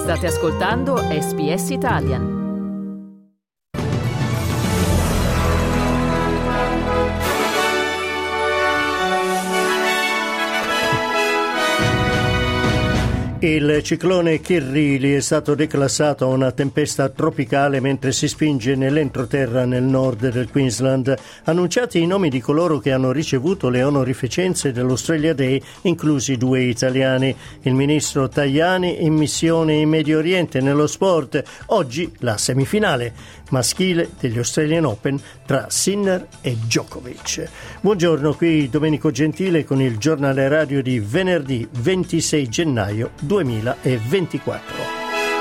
State ascoltando SBS Italian. Il ciclone Kirrily è stato declassato a una tempesta tropicale mentre si spinge nell'entroterra nel nord del Queensland. Annunciati i nomi di coloro che hanno ricevuto le onorificenze dell'Australia Day, inclusi 2 italiani. Il ministro Tajani in missione in Medio Oriente nello sport. Oggi la semifinale maschile degli Australian Open tra Sinner e Djokovic. Buongiorno, qui Domenico Gentile con il giornale radio di venerdì 26 gennaio 2024.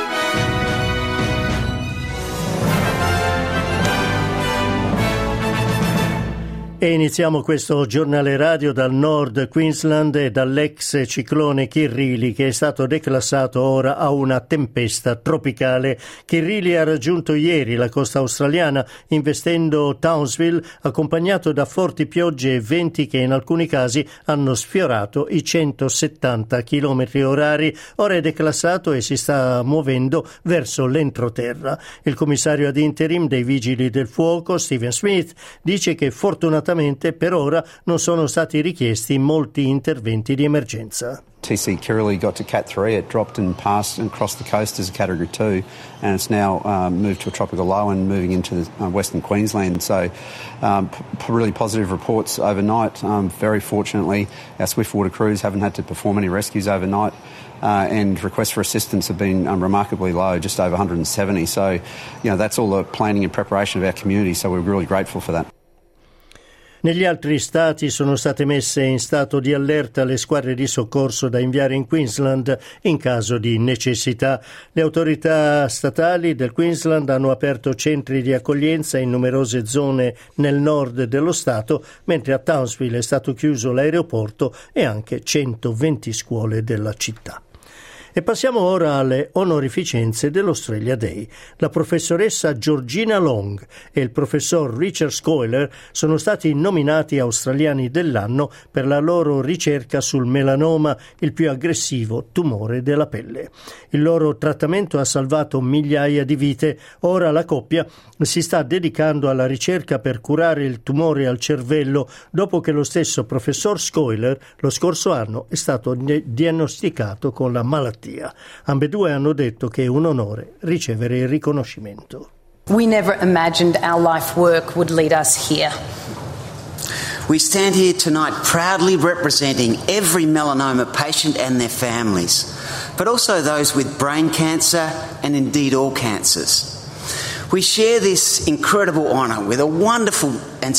E iniziamo questo giornale radio dal nord Queensland e dall'ex ciclone Kirrily, che è stato declassato ora a una tempesta tropicale. Kirrily ha raggiunto ieri la costa australiana investendo Townsville, accompagnato da forti piogge e venti che in alcuni casi hanno sfiorato i 170 km/h. Ora è declassato e si sta muovendo verso l'entroterra. Il commissario ad interim dei Vigili del Fuoco, Stephen Smith, dice che fortunatamente per ora non sono stati richiesti molti interventi di emergenza. TC Kirrily got to Cat 3. It dropped and passed and crossed the coast as a Category 2, and it's now moved to a tropical low and moving into Western Queensland. So really positive reports overnight. Very fortunately, our Swiftwater crews haven't had to perform any rescues overnight. And requests for assistance have been remarkably low, just over 170. So, that's all the planning and preparation of our community, so we're really grateful for that. Negli altri stati sono state messe in stato di allerta le squadre di soccorso da inviare in Queensland in caso di necessità. Le autorità statali del Queensland hanno aperto centri di accoglienza in numerose zone nel nord dello stato, mentre a Townsville è stato chiuso l'aeroporto e anche 120 scuole della città. E passiamo ora alle onorificenze dell'Australia Day. La professoressa Georgina Long e il professor Richard Scoiler sono stati nominati australiani dell'anno per la loro ricerca sul melanoma, il più aggressivo tumore della pelle. Il loro trattamento ha salvato migliaia di vite. Ora la coppia si sta dedicando alla ricerca per curare il tumore al cervello, dopo che lo stesso professor Scoiler lo scorso anno è stato diagnosticato con la malattia. Ambedue hanno detto che è un onore ricevere il riconoscimento. We never imagined our life work would lead us here. We stand here tonight proudly representing every melanoma patient and their families, but also those with brain cancer and indeed all cancers. We share this incredible honour with a wonderful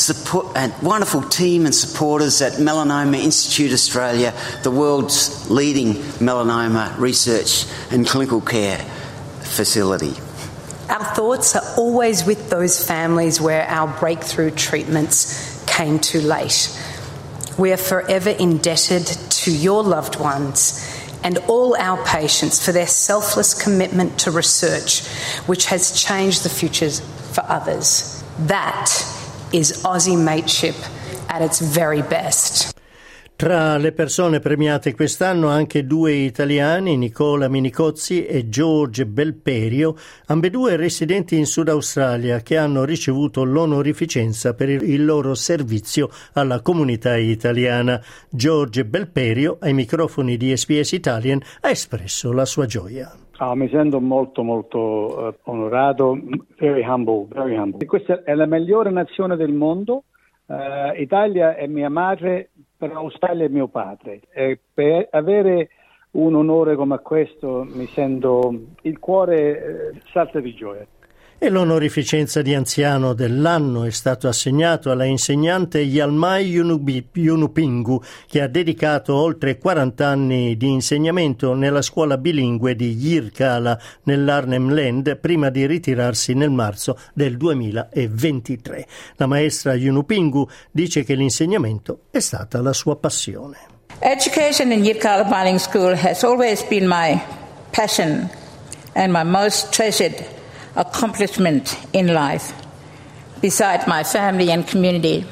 team and supporters at Melanoma Institute Australia, the world's leading melanoma research and clinical care facility. Our thoughts are always with those families where our breakthrough treatments came too late. We are forever indebted to your loved ones and all our patients for their selfless commitment to research, which has changed the futures for others. That is Aussie mateship at its very best. Tra le persone premiate quest'anno anche 2 italiani, Nicola Minicozzi e George Belperio, ambedue residenti in Sud Australia, che hanno ricevuto l'onorificenza per il loro servizio alla comunità italiana. George Belperio, ai microfoni di SBS Italian, ha espresso la sua gioia. Mi sento molto onorato, very humble. Questa è la migliore nazione del mondo. Italia è mia madre, però Australia è mio padre. E per avere un onore come questo mi sento, il cuore salta di gioia. E l'onorificenza di anziano dell'anno è stato assegnato alla insegnante Yalmai Yunupingu, che ha dedicato oltre 40 anni di insegnamento nella scuola bilingue di Yirrkala nell'Arnhem Land prima di ritirarsi nel marzo del 2023. La maestra Yunupingu dice che l'insegnamento è stata la sua passione. Education in Yirrkala Bilingual School has always been my passion and my most treasured accomplishment in life, beside my family and community.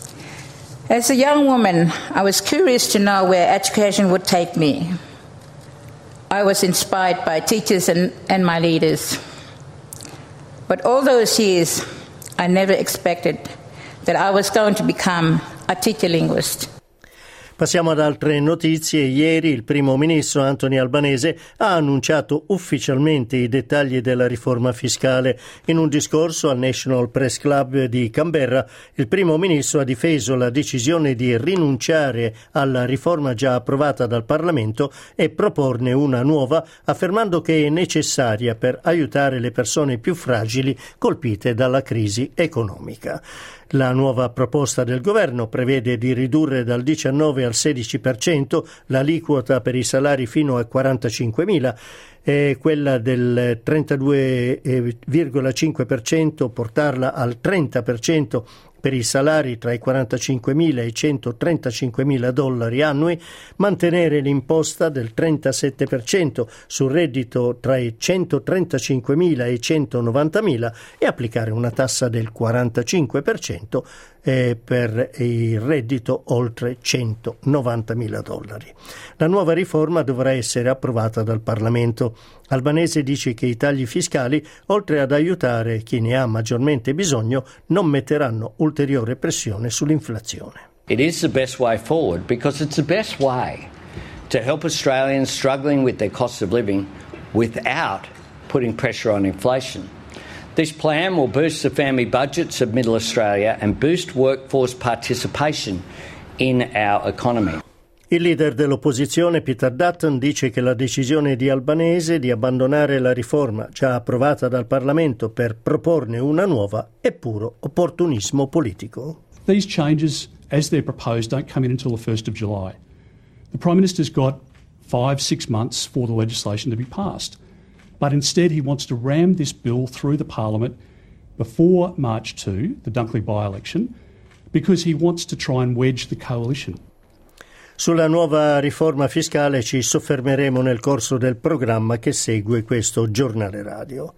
As a young woman, I was curious to know where education would take me. I was inspired by teachers and my leaders. But all those years, I never expected that I was going to become a teacher linguist. Passiamo ad altre notizie. Ieri il primo ministro Anthony Albanese ha annunciato ufficialmente i dettagli della riforma fiscale. In un discorso al National Press Club di Canberra, il primo ministro ha difeso la decisione di rinunciare alla riforma già approvata dal Parlamento e proporne una nuova, affermando che è necessaria per aiutare le persone più fragili colpite dalla crisi economica. La nuova proposta del governo prevede di ridurre dal 19 al 16% l'aliquota per i salari fino a 45.000 e quella del 32,5% portarla al 30% per i salari tra i 45.000 e i 135.000 dollari annui, mantenere l'imposta del 37% sul reddito tra i 135.000 e i 190.000 e applicare una tassa del 45% per il reddito oltre 190.000 dollari. La nuova riforma dovrà essere approvata dal Parlamento. Albanese dice che i tagli fiscali, oltre ad aiutare chi ne ha maggiormente bisogno, non metteranno ulteriore pressione sull'inflazione. It is the best way forward because it's the best way to help Australians struggling with their cost of living without putting pressure on inflation. This plan will boost the family budgets of Middle Australia and boost workforce participation in our economy. Il leader dell'opposizione, Peter Dutton, dice che la decisione di Albanese di abbandonare la riforma già approvata dal Parlamento per proporne una nuova è puro opportunismo politico. These changes, as they're proposed, don't come in until the 1st of July. The Prime Minister's got 5-6 months for the legislation to be passed. But instead he wants to ram this bill through the Parliament before March 2, the Dunkley by-election, because he wants to try and wedge the coalition. Sulla nuova riforma fiscale ci soffermeremo nel corso del programma che segue questo giornale radio.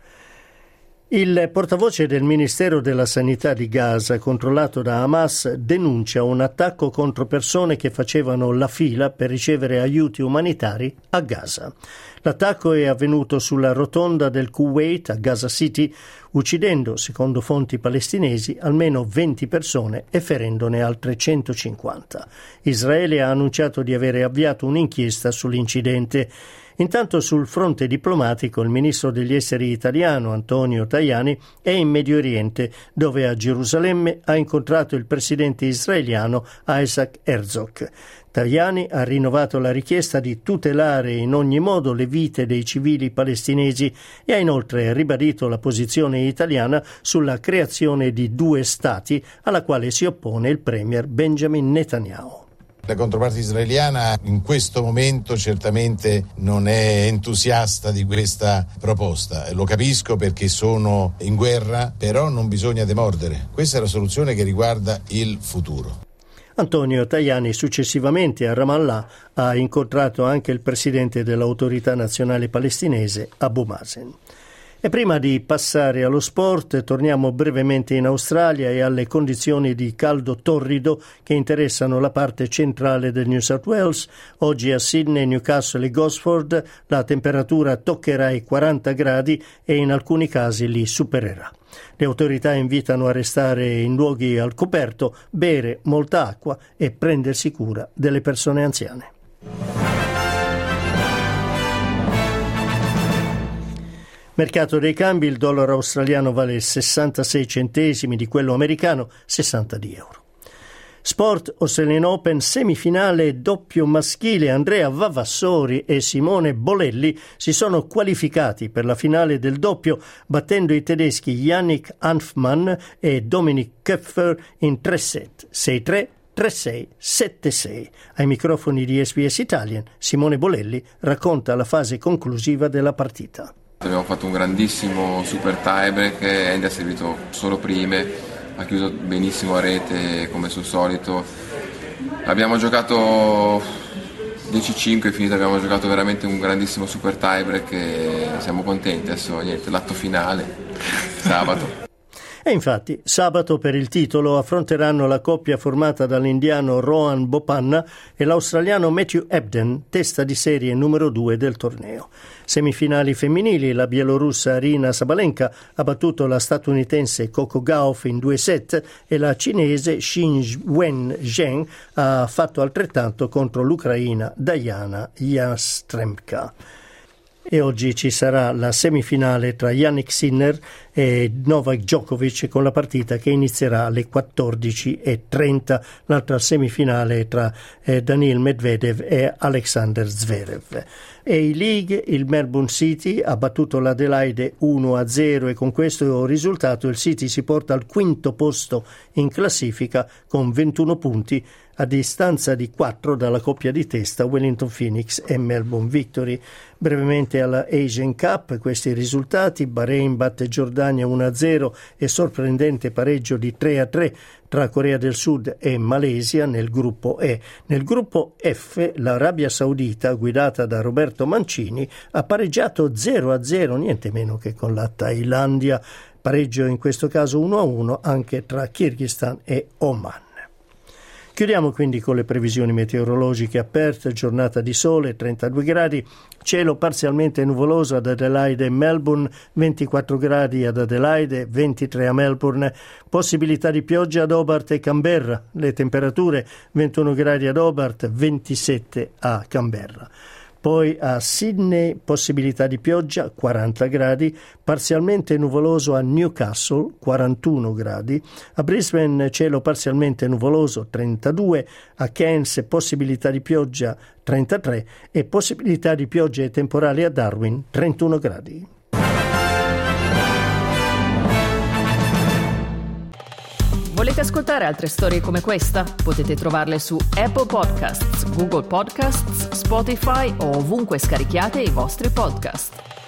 Il portavoce del Ministero della Sanità di Gaza, controllato da Hamas, denuncia un attacco contro persone che facevano la fila per ricevere aiuti umanitari a Gaza. L'attacco è avvenuto sulla rotonda del Kuwait a Gaza City, uccidendo, secondo fonti palestinesi, almeno 20 persone e ferendone altre 150. Israele ha annunciato di avere avviato un'inchiesta sull'incidente. Intanto sul fronte diplomatico il ministro degli esteri italiano Antonio Tajani è in Medio Oriente, dove a Gerusalemme ha incontrato il presidente israeliano Isaac Herzog. Tajani ha rinnovato la richiesta di tutelare in ogni modo le vite dei civili palestinesi e ha inoltre ribadito la posizione italiana sulla creazione di 2 stati alla quale si oppone il premier Benjamin Netanyahu. La controparte israeliana in questo momento certamente non è entusiasta di questa proposta. Lo capisco perché sono in guerra, però non bisogna demordere. Questa è la soluzione che riguarda il futuro. Antonio Tajani successivamente a Ramallah ha incontrato anche il presidente dell'Autorità Nazionale Palestinese Abu Mazen. E prima di passare allo sport, torniamo brevemente in Australia e alle condizioni di caldo torrido che interessano la parte centrale del New South Wales. Oggi a Sydney, Newcastle e Gosford la temperatura toccherà i 40 gradi e in alcuni casi li supererà. Le autorità invitano a restare in luoghi al coperto, bere molta acqua e prendersi cura delle persone anziane. Mercato dei cambi, il dollaro australiano vale 66 centesimi di quello americano, 60 di euro. Sport, Australian Open, semifinale doppio maschile. Andrea Vavassori e Simone Bolelli si sono qualificati per la finale del doppio, battendo i tedeschi Yannick Hanfmann e Dominik Köpfer in 3 set, 6-3, 3-6, 7-6. Ai microfoni di SBS Italian, Simone Bolelli racconta la fase conclusiva della partita. Abbiamo fatto un grandissimo super tiebreak, Andy ha servito solo prime, ha chiuso benissimo a rete come sul solito. Abbiamo giocato 10-5 e finito, abbiamo giocato veramente un grandissimo super tiebreak e siamo contenti. Adesso niente, l'atto finale, sabato. E infatti, sabato per il titolo affronteranno la coppia formata dall'indiano Rohan Bopanna e l'australiano Matthew Ebden, testa di serie numero 2 del torneo. Semifinali femminili, la bielorussa Aryna Sabalenka ha battuto la statunitense Coco Gauff in 2 set e la cinese Xinwen Zheng ha fatto altrettanto contro l'ucraina Diana Yastremka. E oggi ci sarà la semifinale tra Jannik Sinner e Novak Djokovic, con la partita che inizierà alle 14:30, l'altra semifinale tra Daniil Medvedev e Alexander Zverev. E in League il Melbourne City ha battuto l'Adelaide 1-0 e con questo risultato il City si porta al quinto posto in classifica con 21 punti, a distanza di 4 dalla coppia di testa Wellington Phoenix e Melbourne Victory. Brevemente alla Asian Cup questi i risultati: Bahrain batte Giordania 1-0 e sorprendente pareggio di 3-3 tra Corea del Sud e Malesia nel gruppo E. Nel gruppo F l'Arabia Saudita, guidata da Roberto Mancini, ha pareggiato 0-0, niente meno che con la Thailandia, pareggio in questo caso 1-1 anche tra Kirghizistan e Oman. Chiudiamo quindi con le previsioni meteorologiche a Perth: giornata di sole, 32 gradi, cielo parzialmente nuvoloso ad Adelaide e Melbourne, 24 gradi ad Adelaide, 23 a Melbourne, possibilità di pioggia ad Hobart e Canberra, le temperature 21 gradi ad Hobart, 27 a Canberra. Poi a Sydney possibilità di pioggia, 40 gradi, parzialmente nuvoloso a Newcastle, 41 gradi, a Brisbane cielo parzialmente nuvoloso, 32, a Cairns possibilità di pioggia, 33 e possibilità di piogge temporali a Darwin, 31 gradi. Volete ascoltare altre storie come questa? Potete trovarle su Apple Podcasts, Google Podcasts, Spotify o ovunque scarichiate i vostri podcast.